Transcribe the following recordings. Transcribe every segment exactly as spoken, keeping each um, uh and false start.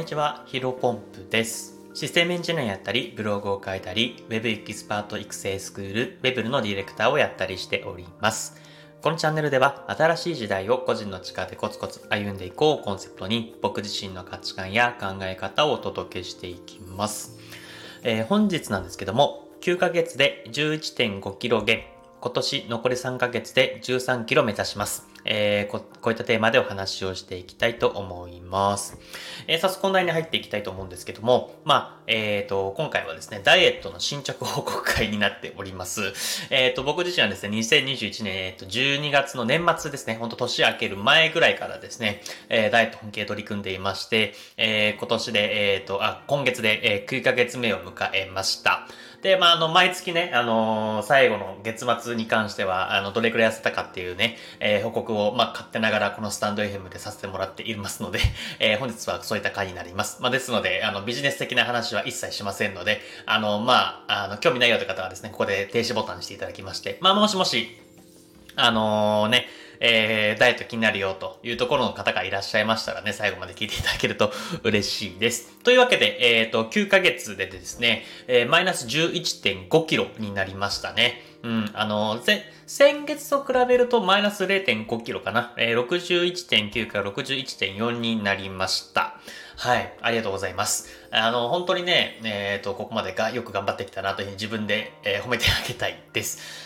ちは、ヒロポンプです。システムエンジニアやったり、ブログを書いたり、ウェブエキスパート育成スクール、ウェブルのディレクターをやったりしております。このチャンネルでは、新しい時代を個人の力でコツコツ歩んでいこうをコンセプトに、僕自身の価値観や考え方をお届けしていきます。えー、本日なんですけども、きゅうかげつで じゅういってんごキロ減、今年残りさんかげつでじゅうさんキロ目指します。えー、こ, こういったテーマでお話をしていきたいと思います。えー、早速本題に入っていきたいと思うんですけども、まあ、えっ、ー、と、今回はですね、ダイエットの進捗報告会になっております。えっ、ー、と、僕自身はですね、にせんにじゅういちねん、えー、とじゅうにがつの年末ですね、ほんと年明ける前ぐらいからですね、えー、ダイエット本気で取り組んでいまして、えー、今年で、えっ、ー、と、あ、今月で、えー、きゅうかげつめを迎えました。で、まあ、あの、毎月ね、あのー、最後の月末に関しては、あの、どれくらい痩せたかっていうね、えー、報告を、まあ、勝手ながらこのスタンド エフエム でさせてもらっていますので、えー、本日はそういった回になります。まあ、ですので、あの、ビジネス的な話は一切しませんので、あの、まあ、あの、興味ないよという方はですね、ここで停止ボタンにしていただきまして、まあ、もしもし、あのー、ね、えー、ダイエット気になるよというところの方がいらっしゃいましたらね、最後まで聞いていただけると嬉しいです。というわけで、えっと、きゅうかげつでですね、えー、マイナス じゅういってんごキロになりましたね。うん、あの、ぜ、先月と比べるとマイナス れいてんごキロかな。えー、ろくじゅういってんきゅうから ろくじゅういってんよん になりました。はい、ありがとうございます。あの、本当にね、えっと、ここまでがよく頑張ってきたなというふうに自分で、えー、褒めてあげたいです。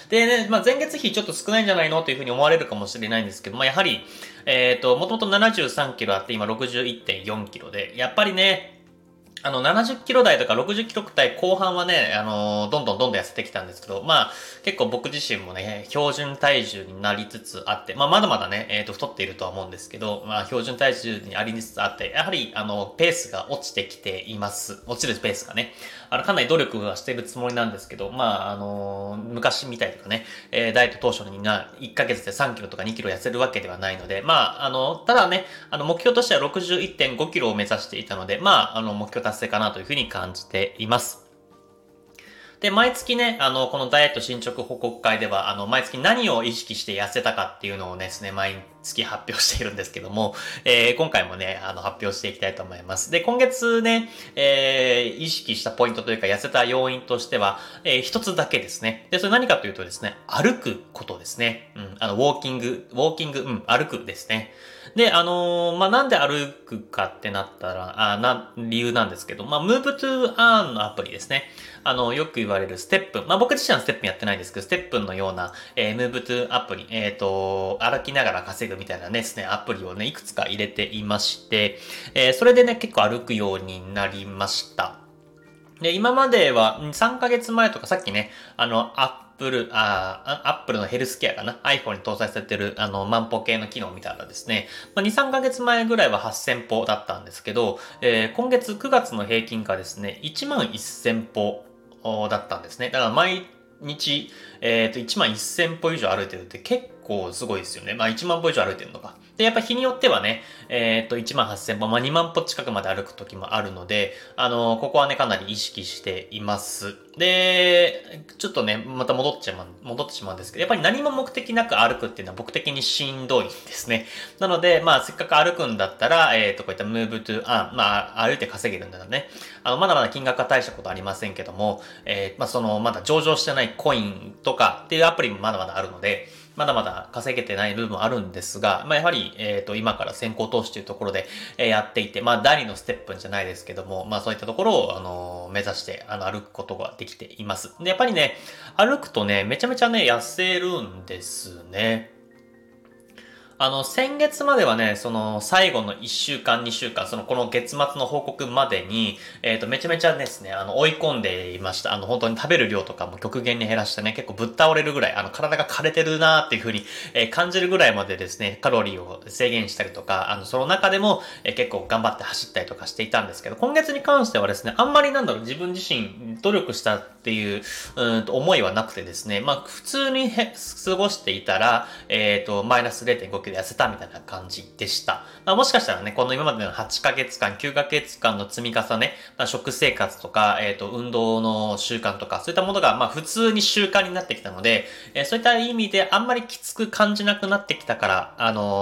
でね、まあ、前月比ちょっと少ないんじゃないのというふうに思われるかもしれないんですけど、まあ、やはり、えっと、もともとななじゅうさんキロあって今 ろくじゅういってんよんキロで、やっぱりね、あの、ななじゅっキロ台とかろくじゅっキロ台後半はね、あのー、どんどんどんどん痩せてきたんですけど、まあ、結構僕自身もね、標準体重になりつつあって、まあ、まだまだね、えっと、太っているとは思うんですけど、まあ、標準体重にありつつあって、やはり、あの、ペースが落ちてきています。落ちるペースがね。あの、かなり努力はしているつもりなんですけど、まあ、あのー、昔みたいとかね、えー、ダイエット当初にないっかげつでさんキロとかにキロ痩せるわけではないので、まあ、あの、ただね、あの、目標としては ろくじゅういってんごキロを目指していたので、まあ、あの、目標達成かなというふうに感じています。で、毎月ね、あの、このダイエット進捗報告会では、あの、毎月何を意識して痩せたかっていうのをですね、毎月発表しているんですけども、えー、今回もね、あの、発表していきたいと思います。で、今月ね、えー、意識したポイントというか、痩せた要因としては、えー、一つだけですね。で、それ何かというとですね、歩くことですね。うん、あの、ウォーキング、ウォーキング、うん、歩くですね。で、あのー、まあ、なんで歩くかってなったら、あ、な、理由なんですけど、まあ、Move to Earn のアプリですね。あの、よく言われるステップン。まあ、僕自身はステップンやってないんですけど、ステップンのような、えー、Move to アプリ、えっ、ー、と、歩きながら稼ぐみたいなね、ですね、アプリをね、いくつか入れていまして、えー、それでね、結構歩くようになりました。で、今までは、さんかげつまえとかさっきね、あの、アップル、あ、アップルのヘルスケアかな ?iPhone に搭載されてる、あの、万歩計の機能を見たらですね、まあ、に、さんかげつまえぐらいははっせん歩だったんですけど、えー、今月くがつの平均がですね、いちまんせん歩だったんですね。だから毎日、えっと、いちまんせん歩以上歩いてるって結構すごいですよね。まあいちまん歩以上歩いてるのか。で、やっぱ日によってはね、えっと、いちまんはっせん歩、まあにまん歩近くまで歩く時もあるので、あの、ここはね、かなり意識しています。で、ちょっとね、また戻っちゃう、戻ってしまうんですけど、やっぱり何も目的なく歩くっていうのは僕的にしんどいんですね。なので、まあ、せっかく歩くんだったら、えっと、こういった move to earn、まあ、歩いて稼げるんだよね。あの、まだまだ金額は大したことありませんけども、えー、まあ、その、まだ上場してないコインとかっていうアプリもまだまだあるので、まだまだ稼げてない部分はあるんですが、まあ、やはり、えっと、今から先行投資というところで、えー、やっていて、まあ、第二のステップじゃないですけども、まあ、そういったところを、あのー、目指して、あの、歩くことができています。で、やっぱりね、歩くとね、めちゃめちゃね、痩せるんですね。あの、先月まではね、その、最後のいっしゅうかん、にしゅうかん、その、この月末の報告までに、えっと、めちゃめちゃですね、あの、追い込んでいました。あの、本当に食べる量とかも極限に減らしてね、結構ぶっ倒れるぐらい、あの、体が枯れてるなーっていう風に、えー、感じるぐらいまでですね、カロリーを制限したりとか、あの、その中でも、えー、結構頑張って走ったりとかしていたんですけど、今月に関してはですね、あんまりなんだろう、自分自身努力したっていう、うんと、思いはなくてですね、まあ、普通にへ過ごしていたら、えっと、マイナス れいてんごキロ痩せたみたいな感じでした。まあ、もしかしたらね、この今までのはちかげつかん、きゅうかげつかんの積み重ね、まあ、食生活とか、えっと、運動の習慣とか、そういったものが、まあ、普通に習慣になってきたので、えー、そういった意味であんまりきつく感じなくなってきたから、あのー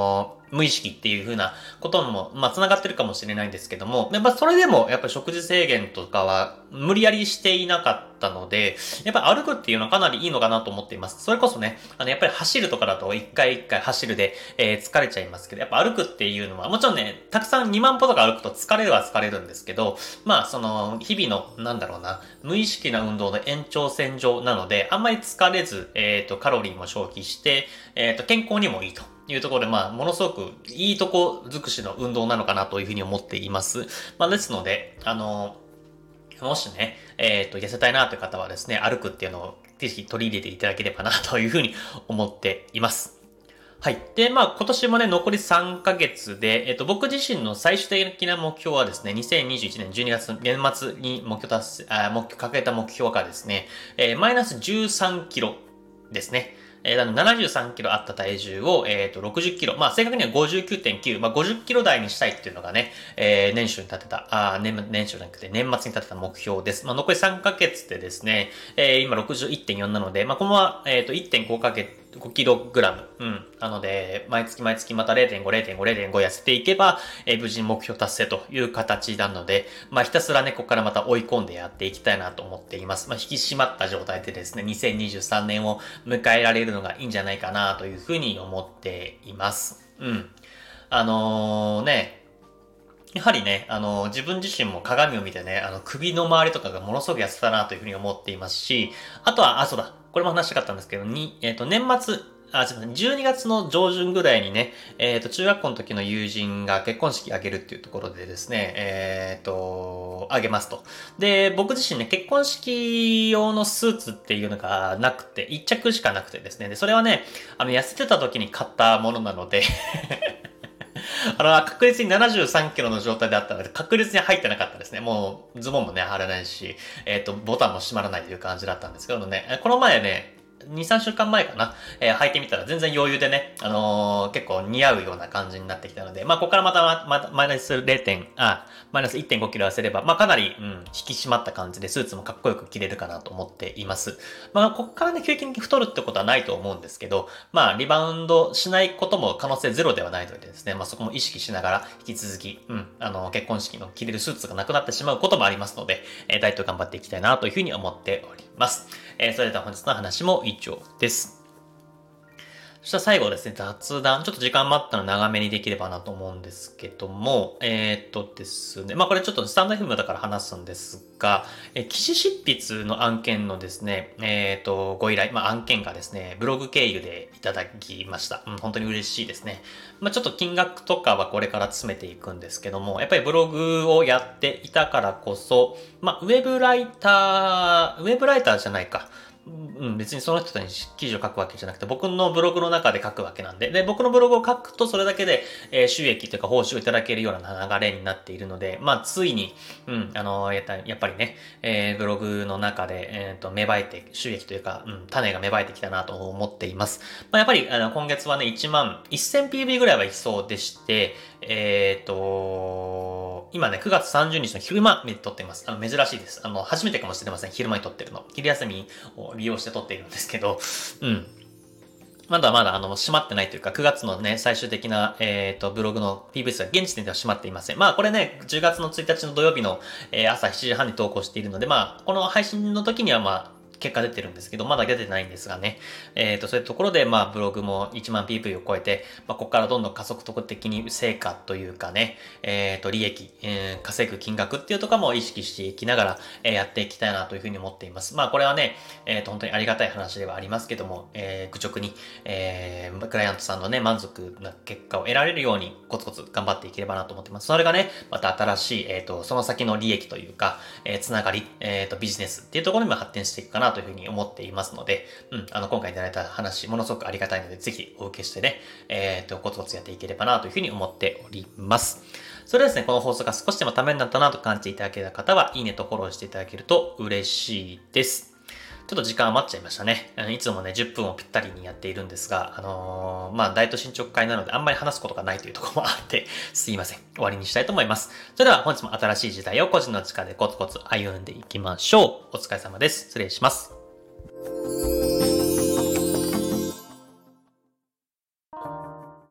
無意識っていう風なことも、まあ、繋がってるかもしれないんですけども、やっぱそれでも、やっぱり食事制限とかは無理やりしていなかったので、やっぱり歩くっていうのはかなりいいのかなと思っています。それこそね、あの、やっぱり走るとかだと一回一回走るで、えー、疲れちゃいますけど、やっぱ歩くっていうのは、もちろんね、たくさんにまん歩とか歩くと疲れるは疲れるんですけど、まあ、その、日々の、なんだろうな、無意識な運動の延長線上なので、あんまり疲れず、えっと、カロリーも消費して、えっと、健康にもいいと。いうところで、まあ、ものすごくいいとこ尽くしの運動なのかなというふうに思っています。まあ、ですので、あの、もしね、えっと、痩せたいなという方はですね、歩くっていうのをぜひ取り入れていただければなというふうに思っています。はい。で、まあ、今年もね、残りさんかげつで、えっと、僕自身の最終的な目標はですね、にせんにじゅういちねんじゅうにがつ、年末に目標達成、あ、目標、掲げた目標がですね、えー、マイナスじゅうさんキロですね。えー、ななじゅうさんキロあった体重を、えっと、ろくじゅっキロ。まあ、正確には ごじゅうきゅうてんきゅう。まあ、ごじゅっキロ台にしたいっていうのがね、えー、年初に立てた、あ、年、年初じゃなくて年末に立てた目標です。まあ、残りさんかげつでですね、えー、今 ろくじゅういってんよん なので、まあ、このまま、えっと、いってんご かけ、ごキログラム。うん。なので、毎月毎月また れいてんご、れいてんご、れいてんご 痩せていけば、えー、無事に目標達成という形なので、まあ、ひたすらね、ここからまた追い込んでやっていきたいなと思っています。まあ、引き締まった状態でですね、にせんにじゅうさんねんを迎えられるのがいいんじゃないかなというふうに思っています。うん。あのー、ね、やはりね、あの、自分自身も鏡を見てね、あの、首の周りとかがものすごく痩せたなというふうに思っていますし、あとは、あ、そうだ、これも話したかったんですけど、に、えっと、年末、あ、すみません、じゅうにがつの上旬ぐらいにね、えっと、中学校の時の友人が結婚式あげるっていうところでですね、えっと、あげますと。で、僕自身ね、結婚式用のスーツっていうのがなくて、一着しかなくてですね、で、それはね、あの、痩せてた時に買ったものなのであの、確実にななじゅうさんキロの状態であったので、確実に入ってなかったですね。もう、ズボンもね、貼らないし、えっと、ボタンも閉まらないという感じだったんですけどね、この前ね、に、さんしゅうかんまえかな、えー、履いてみたら全然余裕でね、あのー、結構似合うような感じになってきたので、まあ、ここからまた、また、マイナスれいてん、あ、マイナス いってんご キロ痩せれば、まあ、かなり、うん、引き締まった感じで、スーツもかっこよく着れるかなと思っています。まあ、ここからね、急激に太るってことはないと思うんですけど、まあ、リバウンドしないことも可能性ゼロではないのでですね、まあ、そこも意識しながら、引き続き、うん、あの、結婚式の着れるスーツがなくなってしまうこともありますので、えー、ダイエット頑張っていきたいなというふうに思っております。えー、それでは本日の話も以上です。そしたら最後ですね、雑談。ちょっと時間もあったので長めにできればなと思うんですけども、えー、っとですね、まあこれちょっとスタンド エフエム だから話すんですが、え記事執筆の案件のですね、えー、っと、ご依頼、まあ案件がですね、ブログ経由でいただきました。うん、本当に嬉しいですね。まあちょっと金額とかはこれから詰めていくんですけども、やっぱりブログをやっていたからこそ、まあウェブライター、ウェブライターじゃないか。うん、別にその人に記事を書くわけじゃなくて、僕のブログの中で書くわけなんで、で、僕のブログを書くとそれだけで、えー、収益というか報酬をいただけるような流れになっているので、まあ、ついに、うん、あのー、やっぱりね、えー、ブログの中で、えっ、ー、と、芽生えて、収益というか、うん、種が芽生えてきたなと思っています。まあ、やっぱり、あの、今月はね、いちまんせんピーブイ ぐらいはいそうでして、えっ、ー、と、今ね、くがつさんじゅうにちの昼間に撮っています。あの、珍しいです。あの、初めてかもしれません。昼間に撮ってるの。昼休みを利用して撮っているんですけど、うん。まだまだあの、閉まってないというか、くがつのね、最終的な、えっ、ー、と、ブログの ピーブイ 数は現時点では閉まっていません。まあ、これね、じゅうがつのついたちの土曜日の、えー、朝しちじはんに投稿しているので、まあ、この配信の時にはまあ、結果出てるんですけど、まだ出てないんですがね。えっ、ー、と、そういうところで、まあ、ブログもいちまんピーブイ を超えて、まあ、ここからどんどん加速度的に成果というかね、えっ、ー、と、利益、えー、稼ぐ金額っていうところも意識していきながら、えー、やっていきたいなというふうに思っています。まあ、これはね、えっ、ー、と、本当にありがたい話ではありますけども、えー、愚直に、えー、クライアントさんのね、満足な結果を得られるように、コツコツ頑張っていければなと思ってます。それがね、また新しい、えっ、ー、と、その先の利益というか、えー、つながり、えっ、ー、と、ビジネスっていうところにも発展していくかなというふうに思っていますので、うん、あの、今回いただいた話、ものすごくありがたいので、ぜひお受けしてね、えっ、ー、と、コツコツやっていければなというふうに思っております。それではですね、この放送が少しでもためになったなと感じていただけた方は、いいねとフォローしていただけると嬉しいです。ちょっと時間余っちゃいましたね。いつもね、じゅっぷんをぴったりにやっているんですが、あのー、まあ、ダイエット進捗会なのであんまり話すことがないというところもあって、すいません。終わりにしたいと思います。それでは本日も新しい時代を個人の力でコツコツ歩んでいきましょう。お疲れ様です。失礼します。